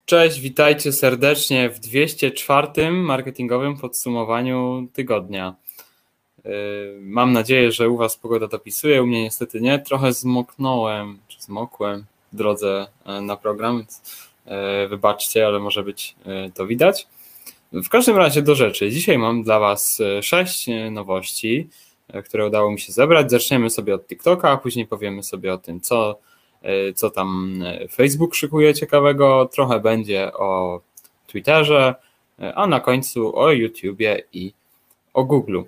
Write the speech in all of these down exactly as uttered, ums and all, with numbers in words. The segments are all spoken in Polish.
Cześć, witajcie serdecznie w dwieście czwartym marketingowym podsumowaniu tygodnia. Mam nadzieję, że u Was pogoda dopisuje, u mnie niestety nie. Trochę zmoknąłem, czy zmokłem w drodze na program, więc wybaczcie, ale może być to widać. W każdym razie do rzeczy. Dzisiaj mam dla Was sześć nowości, które udało mi się zebrać. Zaczniemy sobie od TikToka, a później powiemy sobie o tym, co co tam Facebook szykuje ciekawego, trochę będzie o Twitterze, a na końcu o YouTubie i o Google'u.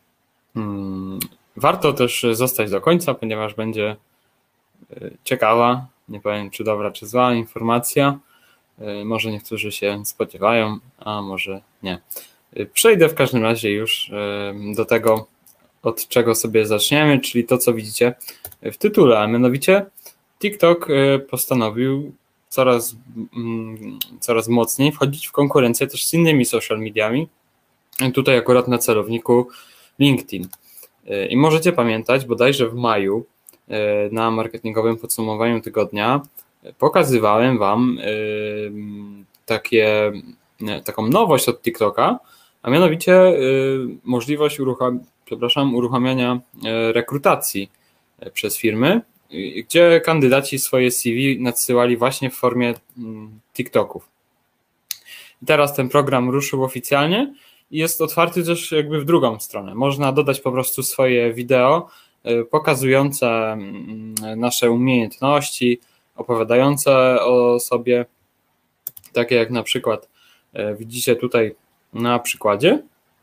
Warto też zostać do końca, ponieważ będzie ciekawa, nie powiem czy dobra, czy zła informacja. Może niektórzy się spodziewają, a może nie. Przejdę w każdym razie już do tego, od czego sobie zaczniemy, czyli to, co widzicie w tytule, a mianowicie TikTok postanowił coraz, coraz mocniej wchodzić w konkurencję też z innymi social mediami. Tutaj akurat na celowniku LinkedIn. I możecie pamiętać, bodajże w maju na marketingowym podsumowaniu tygodnia pokazywałem Wam takie, taką nowość od TikToka, a mianowicie możliwość urucham, przepraszam, uruchamiania rekrutacji przez firmy, gdzie kandydaci swoje C V nadsyłali właśnie w formie TikToków. I teraz ten program ruszył oficjalnie i jest otwarty też jakby w drugą stronę. Można dodać po prostu swoje wideo pokazujące nasze umiejętności, opowiadające o sobie, takie jak na przykład widzicie tutaj na przykładzie,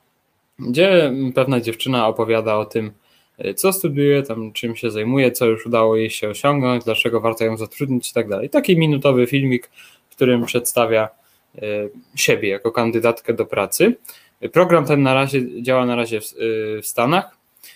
gdzie pewna dziewczyna opowiada o tym, co studiuje, tam czym się zajmuje, co już udało jej się osiągnąć, dlaczego warto ją zatrudnić i tak dalej. Taki minutowy filmik, w którym przedstawia siebie jako kandydatkę do pracy. Program ten na razie działa na razie w, w Stanach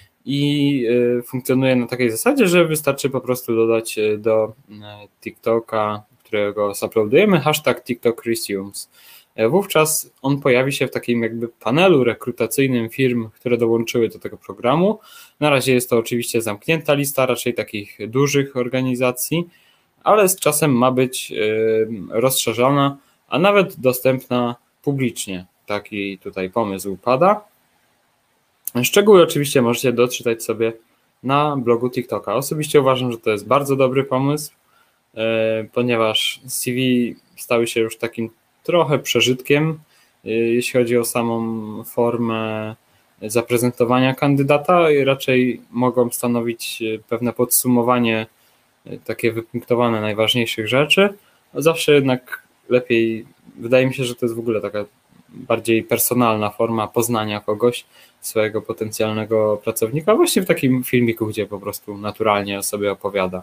i funkcjonuje na takiej zasadzie, że wystarczy po prostu dodać do TikToka, którego uploadujemy, hashtag TikTok Resumes. Wówczas on pojawi się w takim jakby panelu rekrutacyjnym firm, które dołączyły do tego programu. Na razie jest to oczywiście zamknięta lista, raczej takich dużych organizacji, ale z czasem ma być rozszerzona, a nawet dostępna publicznie. Taki tutaj pomysł pada. Szczegóły oczywiście możecie doczytać sobie na blogu TikToka. Osobiście uważam, że to jest bardzo dobry pomysł, ponieważ C V stały się już takim trochę przeżytkiem, jeśli chodzi o samą formę zaprezentowania kandydata i raczej mogą stanowić pewne podsumowanie takie wypunktowane najważniejszych rzeczy. Zawsze jednak lepiej, wydaje mi się, że to jest w ogóle taka bardziej personalna forma poznania kogoś, swojego potencjalnego pracownika, właśnie w takim filmiku, gdzie po prostu naturalnie o sobie opowiada.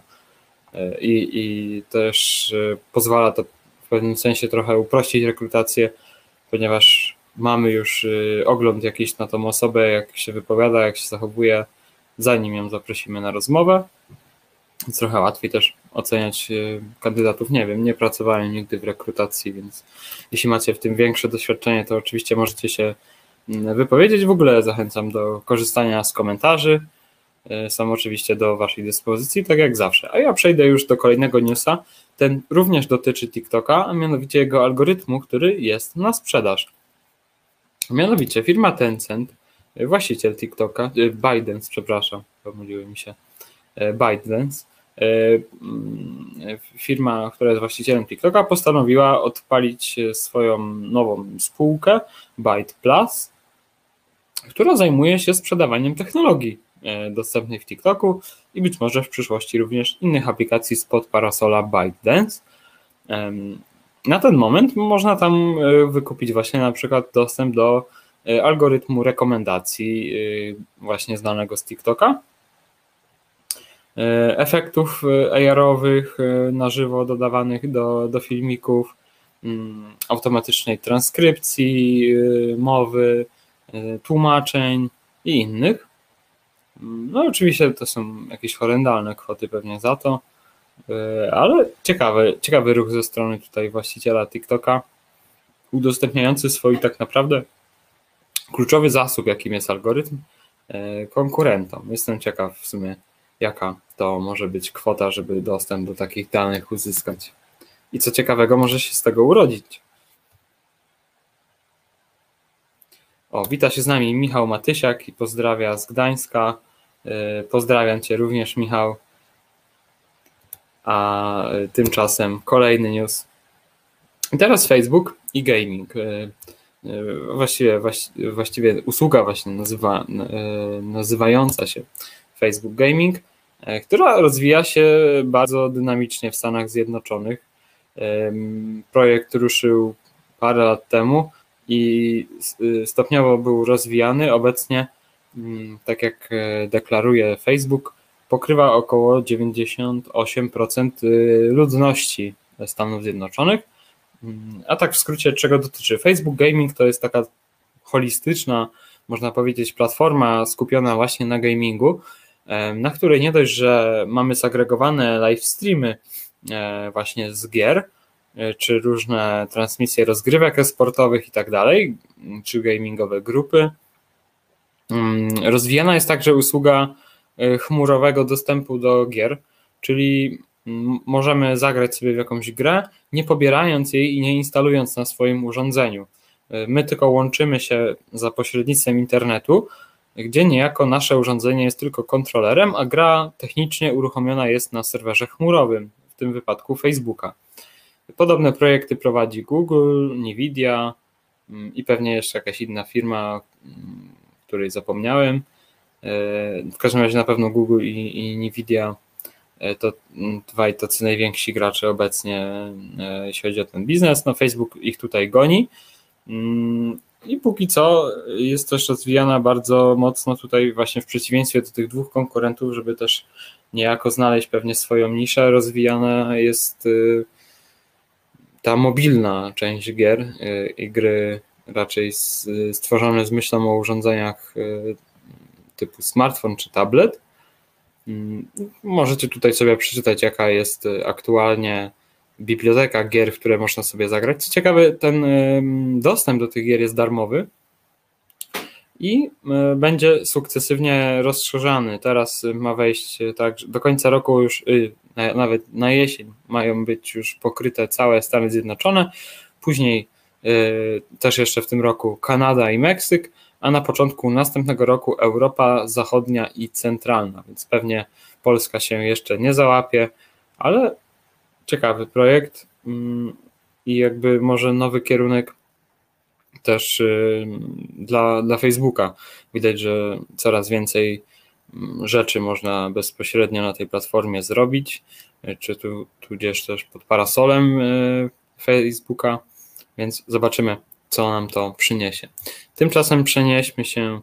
I, i też pozwala to w pewnym sensie trochę uprościć rekrutację, ponieważ mamy już ogląd jakiś na tą osobę, jak się wypowiada, jak się zachowuje, zanim ją zaprosimy na rozmowę. Więc trochę łatwiej też oceniać kandydatów. Nie wiem, nie pracowałem nigdy w rekrutacji, więc jeśli macie w tym większe doświadczenie, to oczywiście możecie się wypowiedzieć. W ogóle zachęcam do korzystania z komentarzy. Są oczywiście do Waszej dyspozycji, tak jak zawsze. A ja przejdę już do kolejnego newsa. Ten również dotyczy TikToka, a mianowicie jego algorytmu, który jest na sprzedaż. Mianowicie firma Tencent, właściciel TikToka, ByteDance, przepraszam, pomyliły mi się, ByteDance, firma, która jest właścicielem TikToka, postanowiła odpalić swoją nową spółkę Byte Plus, która zajmuje się sprzedawaniem technologii dostępnej w TikToku i być może w przyszłości również innych aplikacji spod parasola ByteDance. Na ten moment można tam wykupić właśnie na przykład dostęp do algorytmu rekomendacji właśnie znanego z TikToka, efektów A R-owych na żywo dodawanych do, do filmików, automatycznej transkrypcji mowy, tłumaczeń i innych. No oczywiście to są jakieś horrendalne kwoty pewnie za to, ale ciekawy, ciekawy ruch ze strony tutaj właściciela TikToka, udostępniający swój tak naprawdę kluczowy zasób, jakim jest algorytm, konkurentom. Jestem ciekaw w sumie, jaka to może być kwota, żeby dostęp do takich danych uzyskać. i co ciekawego może się z tego urodzić. O, wita się z nami Michał Matysiak i pozdrawia z Gdańska. Pozdrawiam Cię również, Michał. A tymczasem kolejny news. I teraz Facebook i gaming. Właściwie, właściwie usługa właśnie nazywa, nazywająca się Facebook Gaming, która rozwija się bardzo dynamicznie w Stanach Zjednoczonych. Projekt ruszył parę lat temu i stopniowo był rozwijany. Obecnie, tak jak deklaruje Facebook, pokrywa około dziewięćdziesiąt osiem procent ludności Stanów Zjednoczonych. A tak w skrócie, czego dotyczy? Facebook Gaming to jest taka holistyczna, można powiedzieć, platforma skupiona właśnie na gamingu, na której nie dość, że mamy zagregowane live streamy właśnie z gier, czy różne transmisje rozgrywek e-sportowych i tak dalej, czy gamingowe grupy. Rozwijana jest także usługa chmurowego dostępu do gier, czyli możemy zagrać sobie w jakąś grę, nie pobierając jej i nie instalując na swoim urządzeniu. My tylko łączymy się za pośrednictwem internetu, gdzie niejako nasze urządzenie jest tylko kontrolerem, a gra technicznie uruchomiona jest na serwerze chmurowym, w tym wypadku Facebooka. Podobne projekty prowadzi Google, Nvidia i pewnie jeszcze jakaś inna firma, której zapomniałem. W każdym razie na pewno Google i, i Nvidia to dwaj tacy najwięksi gracze obecnie, jeśli chodzi o ten biznes. No Facebook ich tutaj goni i póki co jest też rozwijana bardzo mocno tutaj właśnie w przeciwieństwie do tych dwóch konkurentów, żeby też niejako znaleźć pewnie swoją niszę. Rozwijana jest ta mobilna część gier i gry raczej stworzone z myślą o urządzeniach typu smartfon czy tablet. Możecie tutaj sobie przeczytać, jaka jest aktualnie biblioteka gier, w które można sobie zagrać. Co ciekawe, ten dostęp do tych gier jest darmowy i będzie sukcesywnie rozszerzany. Teraz ma wejść tak, do końca roku już, nawet na jesień mają być już pokryte całe Stany Zjednoczone, później też jeszcze w tym roku Kanada i Meksyk, a na początku następnego roku Europa Zachodnia i Centralna, więc pewnie Polska się jeszcze nie załapie, ale ciekawy projekt i jakby może nowy kierunek też dla, dla Facebooka. Widać, że coraz więcej rzeczy można bezpośrednio na tej platformie zrobić, czy tu tudzież też pod parasolem Facebooka, więc zobaczymy, co nam to przyniesie. Tymczasem przenieśmy się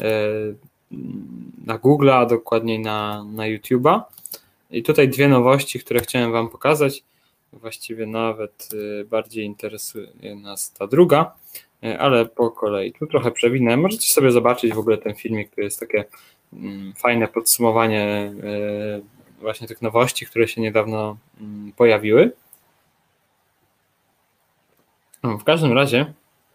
na Google, a dokładniej na, na YouTube'a. I tutaj dwie nowości, które chciałem Wam pokazać. Właściwie nawet bardziej interesuje nas ta druga, ale po kolei. Tu trochę przewinę. Możecie sobie zobaczyć w ogóle ten filmik, to jest takie fajne podsumowanie właśnie tych nowości, które się niedawno pojawiły. W każdym razie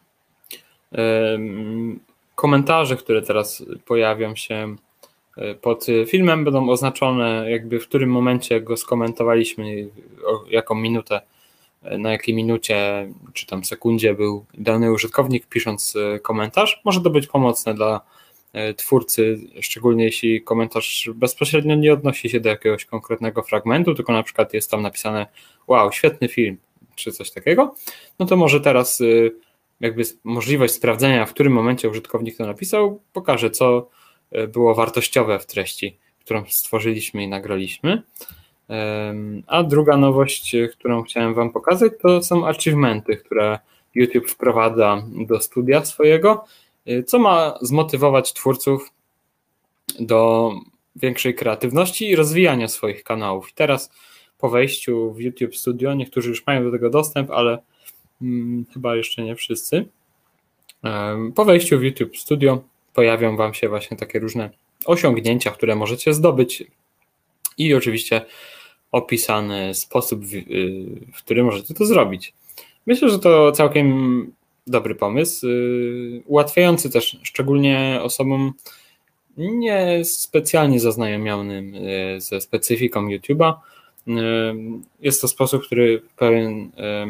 komentarze, które teraz pojawią się pod filmem, będą oznaczone jakby w którym momencie go skomentowaliśmy, o jaką minutę, na jakiej minucie czy tam sekundzie był dany użytkownik pisząc komentarz. Może to być pomocne dla twórcy, szczególnie jeśli komentarz bezpośrednio nie odnosi się do jakiegoś konkretnego fragmentu, tylko na przykład jest tam napisane wow, świetny film, czy coś takiego, no to może teraz jakby możliwość sprawdzenia, w którym momencie użytkownik to napisał, pokaże, co było wartościowe w treści, którą stworzyliśmy i nagraliśmy. A druga nowość, którą chciałem Wam pokazać, to są achievementy, które YouTube wprowadza do studia swojego, co ma zmotywować twórców do większej kreatywności i rozwijania swoich kanałów. I teraz po wejściu w YouTube Studio, niektórzy już mają do tego dostęp, ale hmm, chyba jeszcze nie wszyscy. Po wejściu w YouTube Studio pojawią Wam się właśnie takie różne osiągnięcia, które możecie zdobyć i oczywiście opisany sposób, w który możecie to zrobić. Myślę, że to całkiem dobry pomysł, ułatwiający też szczególnie osobom nie specjalnie zaznajomionym ze specyfiką YouTube'a, Jest to sposób, który w pewien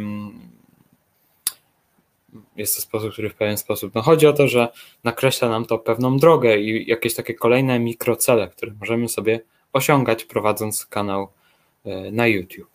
jest to sposób, który w pewien sposób, no chodzi o to, że nakreśla nam to pewną drogę i jakieś takie kolejne mikrocele, które możemy sobie osiągać, prowadząc kanał na YouTube.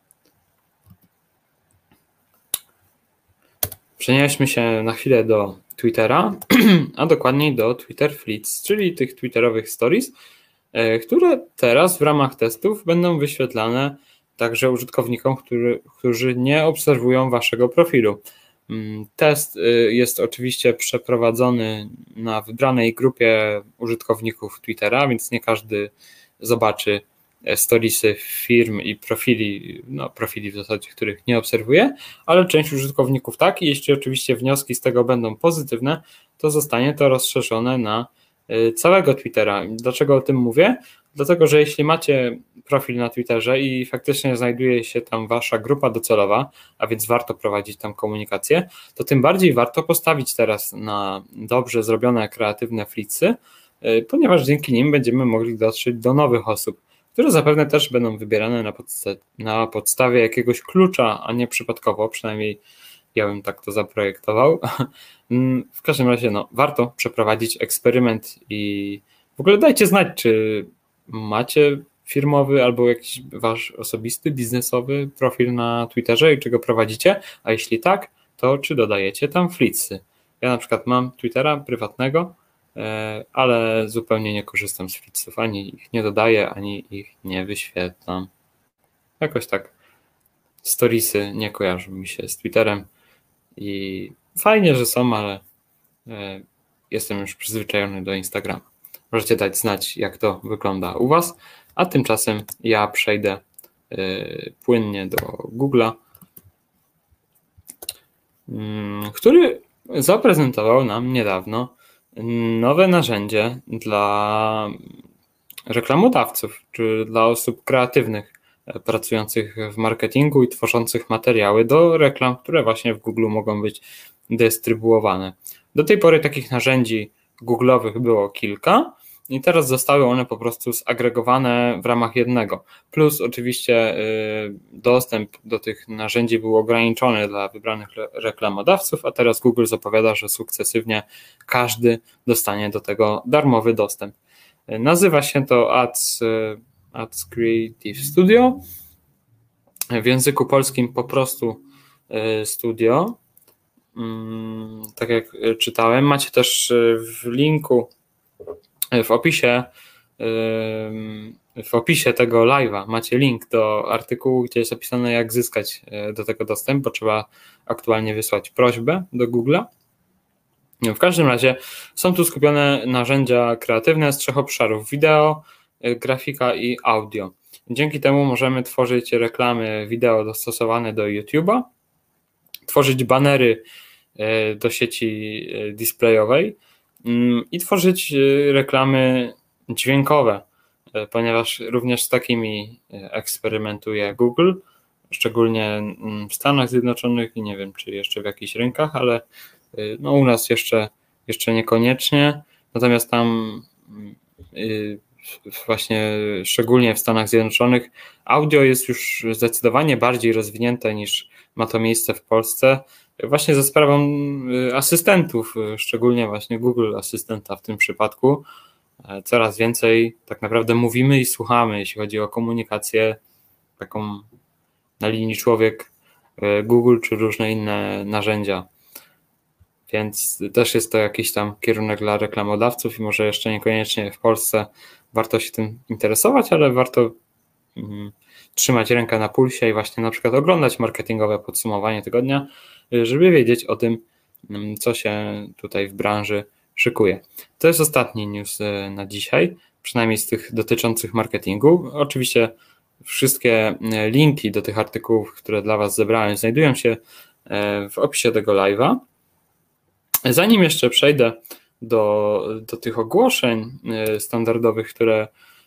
Przenieśmy się na chwilę do Twittera, a dokładniej do Twitter Fleets, czyli tych twitterowych stories, które teraz w ramach testów będą wyświetlane także użytkownikom, który, którzy nie obserwują waszego profilu. Test jest oczywiście przeprowadzony na wybranej grupie użytkowników Twittera, więc nie każdy zobaczy storiesy firm i profili, no profili w zasadzie, których nie obserwuje, ale część użytkowników tak i jeśli oczywiście wnioski z tego będą pozytywne, to zostanie to rozszerzone na całego Twittera. Dlaczego o tym mówię? Dlatego, że jeśli macie profil na Twitterze i faktycznie znajduje się tam wasza grupa docelowa, a więc warto prowadzić tam komunikację, to tym bardziej warto postawić teraz na dobrze zrobione kreatywne flicy, ponieważ dzięki nim będziemy mogli dotrzeć do nowych osób, które zapewne też będą wybierane na, podsta- na podstawie jakiegoś klucza, a nie przypadkowo, przynajmniej ja bym tak to zaprojektował. W każdym razie no, warto przeprowadzić eksperyment i w ogóle dajcie znać, czy macie firmowy albo jakiś wasz osobisty, biznesowy profil na Twitterze i czy go prowadzicie, a jeśli tak, to czy dodajecie tam flitsy. Ja na przykład mam Twittera prywatnego, ale zupełnie nie korzystam z flitsów, ani ich nie dodaję, ani ich nie wyświetlam. Jakoś tak storiesy nie kojarzą mi się z Twitterem i fajnie, że są, ale jestem już przyzwyczajony do Instagrama. Możecie dać znać, jak to wygląda u was, a tymczasem ja przejdę płynnie do Google'a, który zaprezentował nam niedawno nowe narzędzie dla reklamodawców, czy dla osób kreatywnych pracujących w marketingu i tworzących materiały do reklam, które właśnie w Google mogą być dystrybuowane. Do tej pory takich narzędzi Google'owych było kilka i teraz zostały one po prostu zagregowane w ramach jednego. Plus oczywiście dostęp do tych narzędzi był ograniczony dla wybranych reklamodawców, a teraz Google zapowiada, że sukcesywnie każdy dostanie do tego darmowy dostęp. Nazywa się to Ads, Ads Creative Studio. W języku polskim po prostu Studio. Tak jak czytałem, macie też w linku, w opisie w opisie tego live'a macie link do artykułu, gdzie jest opisane, jak zyskać do tego dostęp, bo trzeba aktualnie wysłać prośbę do Google'a. W każdym razie są tu skupione narzędzia kreatywne z trzech obszarów: wideo, grafika i audio. Dzięki temu możemy tworzyć reklamy wideo dostosowane do YouTube'a, tworzyć banery do sieci displayowej i tworzyć reklamy dźwiękowe, ponieważ również z takimi eksperymentuje Google, szczególnie w Stanach Zjednoczonych i nie wiem, czy jeszcze w jakichś rynkach, ale no u nas jeszcze, jeszcze niekoniecznie, natomiast tam właśnie szczególnie w Stanach Zjednoczonych audio jest już zdecydowanie bardziej rozwinięte niż ma to miejsce w Polsce, właśnie za sprawą asystentów, szczególnie właśnie Google Asystenta w tym przypadku. Coraz więcej tak naprawdę mówimy i słuchamy, jeśli chodzi o komunikację taką na linii człowiek Google czy różne inne narzędzia. Więc też jest to jakiś tam kierunek dla reklamodawców i może jeszcze niekoniecznie w Polsce warto się tym interesować, ale warto mm, trzymać rękę na pulsie i właśnie na przykład oglądać marketingowe podsumowanie tygodnia, żeby wiedzieć o tym, co się tutaj w branży szykuje. To jest ostatni news na dzisiaj, przynajmniej z tych dotyczących marketingu. Oczywiście wszystkie linki do tych artykułów, które dla was zebrałem, znajdują się w opisie tego live'a. Zanim jeszcze przejdę do, do tych ogłoszeń standardowych, które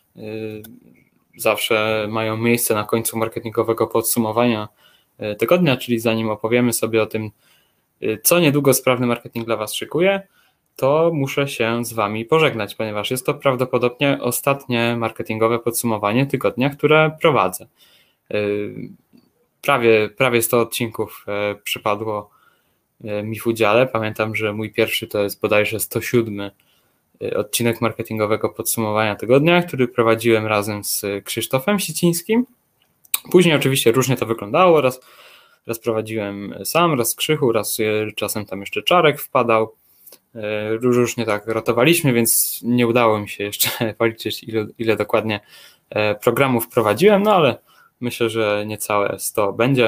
zawsze mają miejsce na końcu marketingowego podsumowania tygodnia, czyli zanim opowiemy sobie o tym, co niedługo sprawny marketing dla was szykuje, to muszę się z wami pożegnać, ponieważ jest to prawdopodobnie ostatnie marketingowe podsumowanie tygodnia, które prowadzę. Prawie, prawie sto odcinków przypadło mi w udziale. Pamiętam, że mój pierwszy to jest bodajże sto siódmy odcinek marketingowego podsumowania tygodnia, który prowadziłem razem z Krzysztofem Sicińskim. Później oczywiście różnie to wyglądało. Raz, raz prowadziłem sam, raz Krzychu, raz czasem tam jeszcze Czarek wpadał. Różnie tak rotowaliśmy, więc nie udało mi się jeszcze policzyć, ile, ile dokładnie programów prowadziłem, no ale myślę, że niecałe sto będzie.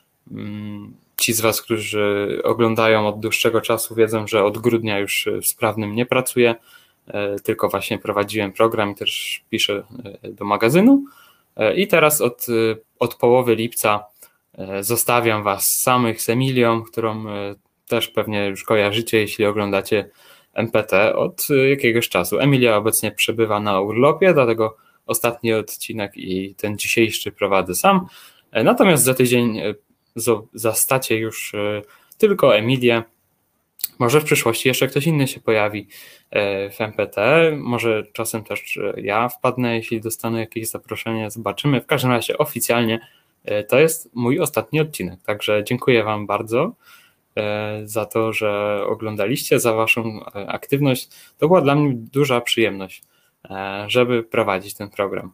Ci z Was, którzy oglądają od dłuższego czasu, wiedzą, że od grudnia już w Sprawnym nie pracuję, tylko właśnie prowadziłem program i też piszę do magazynu. I teraz od, od połowy lipca zostawiam Was samych z Emilią, którą też pewnie już kojarzycie, jeśli oglądacie M P T od jakiegoś czasu. Emilia obecnie przebywa na urlopie, dlatego ostatni odcinek i ten dzisiejszy prowadzę sam. Natomiast za tydzień zastacie już tylko Emilię. Może w przyszłości jeszcze ktoś inny się pojawi w M P T, może czasem też ja wpadnę, jeśli dostanę jakieś zaproszenie, zobaczymy. W każdym razie oficjalnie to jest mój ostatni odcinek, także dziękuję Wam bardzo za to, że oglądaliście, za Waszą aktywność. To była dla mnie duża przyjemność, żeby prowadzić ten program.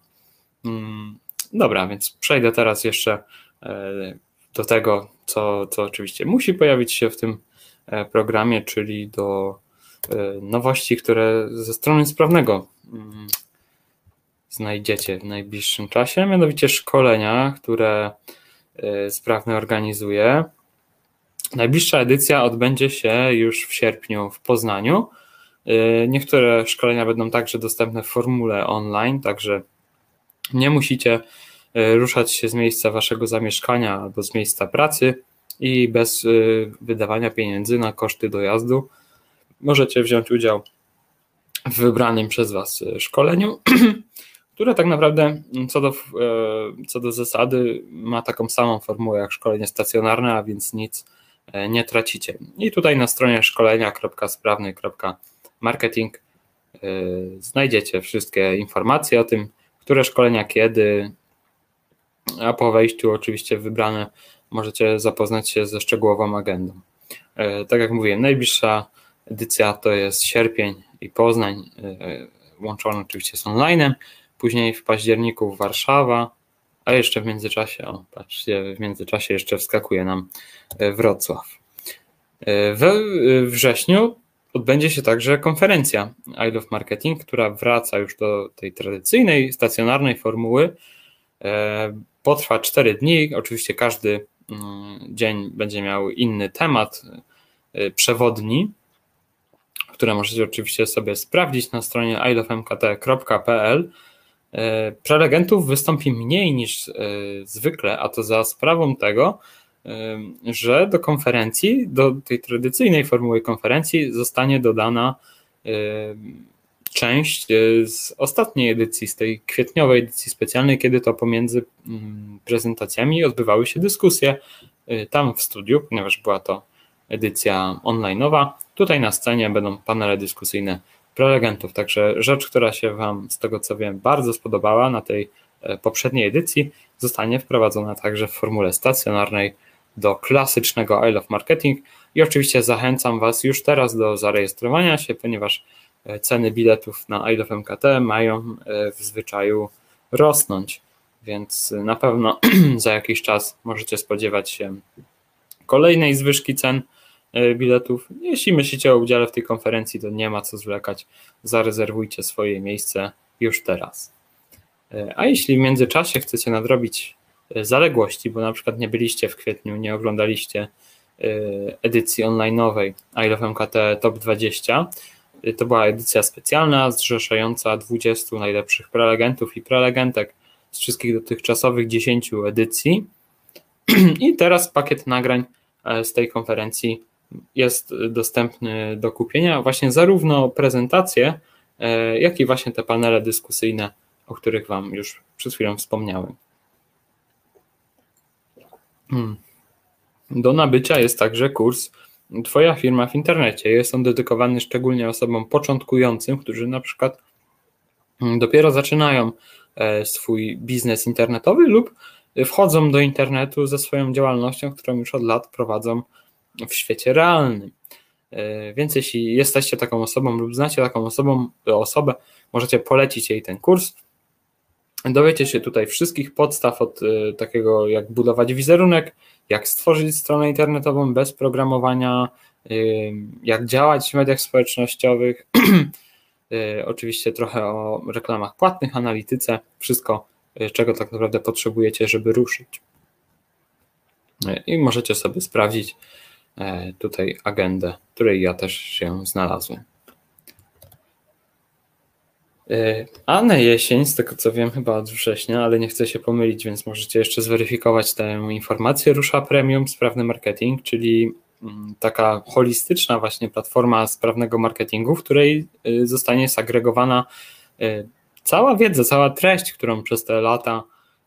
Dobra, więc przejdę teraz jeszcze do tego, co, co oczywiście musi pojawić się w tym programie, czyli do nowości, które ze strony Sprawnego znajdziecie w najbliższym czasie, mianowicie szkolenia, które Sprawny organizuje. Najbliższa edycja odbędzie się już w sierpniu w Poznaniu. Niektóre szkolenia będą także dostępne w formule online, także nie musicie ruszać się z miejsca waszego zamieszkania albo z miejsca pracy i bez wydawania pieniędzy na koszty dojazdu możecie wziąć udział w wybranym przez was szkoleniu, które tak naprawdę co do, co do zasady ma taką samą formułę jak szkolenie stacjonarne, a więc nic nie tracicie. I tutaj na stronie szkolenia kropka sprawny kropka marketing znajdziecie wszystkie informacje o tym, które szkolenia kiedy, a po wejściu oczywiście wybrane możecie zapoznać się ze szczegółową agendą. Tak jak mówiłem, najbliższa edycja to jest sierpień i Poznań, łączony oczywiście z online'em, później w październiku Warszawa, a jeszcze w międzyczasie, o patrzcie, w międzyczasie jeszcze wskakuje nam Wrocław. We wrześniu odbędzie się także konferencja I Love Marketing, która wraca już do tej tradycyjnej, stacjonarnej formuły. Potrwa cztery dni, oczywiście każdy dzień będzie miał inny temat przewodni, które możecie oczywiście sobie sprawdzić na stronie i love m k t kropka p l. Prelegentów wystąpi mniej niż zwykle, a to za sprawą tego, że do konferencji, do tej tradycyjnej formuły konferencji zostanie dodana część z ostatniej edycji, z tej kwietniowej edycji specjalnej, kiedy to pomiędzy prezentacjami odbywały się dyskusje tam w studiu, ponieważ była to edycja online'owa. Tutaj na scenie będą panele dyskusyjne prelegentów, także rzecz, która się Wam z tego co wiem bardzo spodobała na tej poprzedniej edycji, zostanie wprowadzona także w formule stacjonarnej do klasycznego I Love Marketing i oczywiście zachęcam Was już teraz do zarejestrowania się, ponieważ ceny biletów na I Love M K T mają w zwyczaju rosnąć, więc na pewno za jakiś czas możecie spodziewać się kolejnej zwyżki cen biletów. Jeśli myślicie o udziale w tej konferencji, to nie ma co zwlekać, zarezerwujcie swoje miejsce już teraz. A jeśli w międzyczasie chcecie nadrobić zaległości, bo na przykład nie byliście w kwietniu, nie oglądaliście edycji online'owej I Love M K T Top dwadzieścia, to była edycja specjalna zrzeszająca dwudziestu najlepszych prelegentów i prelegentek z wszystkich dotychczasowych dziesięciu edycji i teraz pakiet nagrań z tej konferencji jest dostępny do kupienia, właśnie zarówno prezentacje, jak i właśnie te panele dyskusyjne, o których Wam już przed chwilą wspomniałem. Do nabycia jest także kurs Twoja firma w internecie. Jest on dedykowany szczególnie osobom początkującym, którzy na przykład dopiero zaczynają swój biznes internetowy lub wchodzą do internetu ze swoją działalnością, którą już od lat prowadzą w świecie realnym. Więc jeśli jesteście taką osobą lub znacie taką osobą, osobę, możecie polecić jej ten kurs. Dowiecie się tutaj wszystkich podstaw od takiego, jak budować wizerunek, jak stworzyć stronę internetową bez programowania, jak działać w mediach społecznościowych, oczywiście trochę o reklamach płatnych, analityce, wszystko, czego tak naprawdę potrzebujecie, żeby ruszyć. I możecie sobie sprawdzić tutaj agendę, w której ja też się znalazłem. A na jesień, z tego co wiem, chyba od września, ale nie chcę się pomylić, więc możecie jeszcze zweryfikować tę informację, rusza Premium Sprawny Marketing, czyli taka holistyczna właśnie platforma sprawnego marketingu, w której zostanie zagregowana cała wiedza, cała treść, którą przez te lata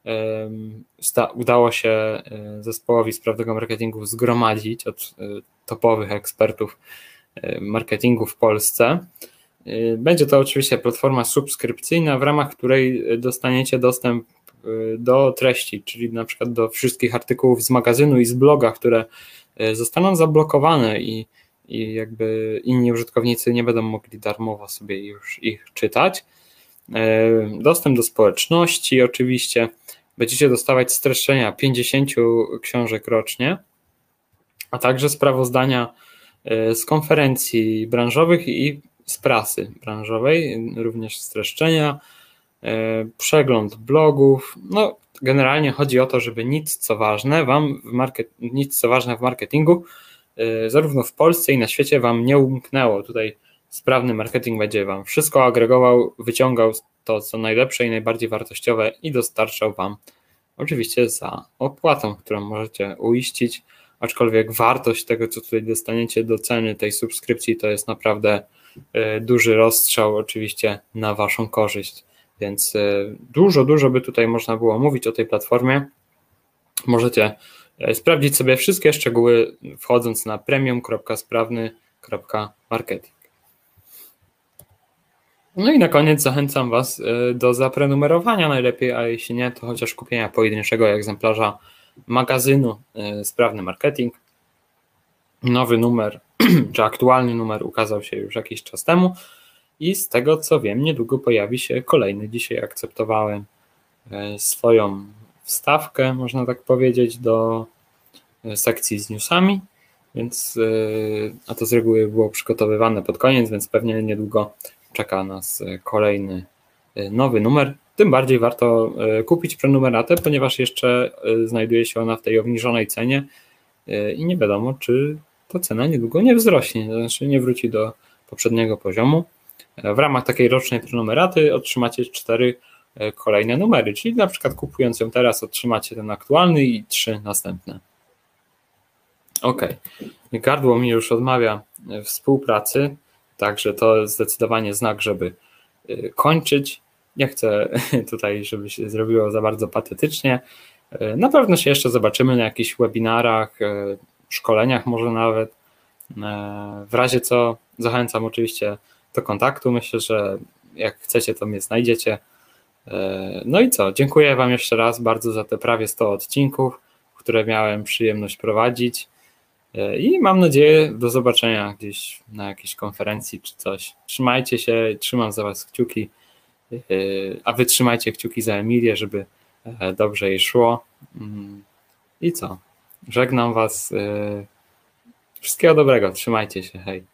udało się zespołowi sprawnego marketingu zgromadzić od topowych ekspertów marketingu w Polsce. Będzie to oczywiście platforma subskrypcyjna, w ramach której dostaniecie dostęp do treści, czyli na przykład do wszystkich artykułów z magazynu i z bloga, które zostaną zablokowane i, i jakby inni użytkownicy nie będą mogli darmowo sobie już ich czytać. Dostęp do społeczności oczywiście. Będziecie dostawać streszczenia pięćdziesięciu książek rocznie, a także sprawozdania z konferencji branżowych i z prasy branżowej, również streszczenia, przegląd blogów. No, generalnie chodzi o to, żeby nic co ważne wam w market, nic co ważne w marketingu, zarówno w Polsce i na świecie wam nie umknęło. Tutaj sprawny marketing będzie wam wszystko agregował, wyciągał to co najlepsze i najbardziej wartościowe i dostarczał wam oczywiście za opłatą, którą możecie uiścić, aczkolwiek wartość tego, co tutaj dostaniecie do ceny tej subskrypcji, to jest naprawdę duży rozstrzał oczywiście na waszą korzyść, więc dużo, dużo by tutaj można było mówić o tej platformie. Możecie sprawdzić sobie wszystkie szczegóły wchodząc na premium kropka sprawny kropka marketing. No i na koniec zachęcam was do zaprenumerowania najlepiej, a jeśli nie, to chociaż kupienia pojedynczego egzemplarza magazynu Sprawny Marketing. Nowy numer, czy aktualny numer ukazał się już jakiś czas temu i z tego co wiem, niedługo pojawi się kolejny. Dzisiaj akceptowałem swoją wstawkę, można tak powiedzieć, do sekcji z newsami, więc, a to z reguły było przygotowywane pod koniec, więc pewnie niedługo czeka nas kolejny nowy numer. Tym bardziej warto kupić prenumeratę, ponieważ jeszcze znajduje się ona w tej obniżonej cenie i nie wiadomo, czy ta cena niedługo nie wzrośnie, to znaczy nie wróci do poprzedniego poziomu. W ramach takiej rocznej prenumeraty otrzymacie cztery kolejne numery, czyli na przykład kupując ją teraz otrzymacie ten aktualny i trzy następne. Ok, gardło mi już odmawia współpracy, także to zdecydowanie znak, żeby kończyć. Nie chcę tutaj, żeby się zrobiło za bardzo patetycznie. Na pewno się jeszcze zobaczymy na jakichś webinarach, szkoleniach może nawet. W razie co zachęcam oczywiście do kontaktu. Myślę, że jak chcecie, to mnie znajdziecie. No i co? Dziękuję wam jeszcze raz bardzo za te prawie sto odcinków, które miałem przyjemność prowadzić. I mam nadzieję do zobaczenia gdzieś na jakiejś konferencji czy coś. Trzymajcie się, trzymam za was kciuki, a wy trzymajcie kciuki za Emilię, żeby dobrze jej szło. I co? Żegnam was. Wszystkiego dobrego, trzymajcie się, hej.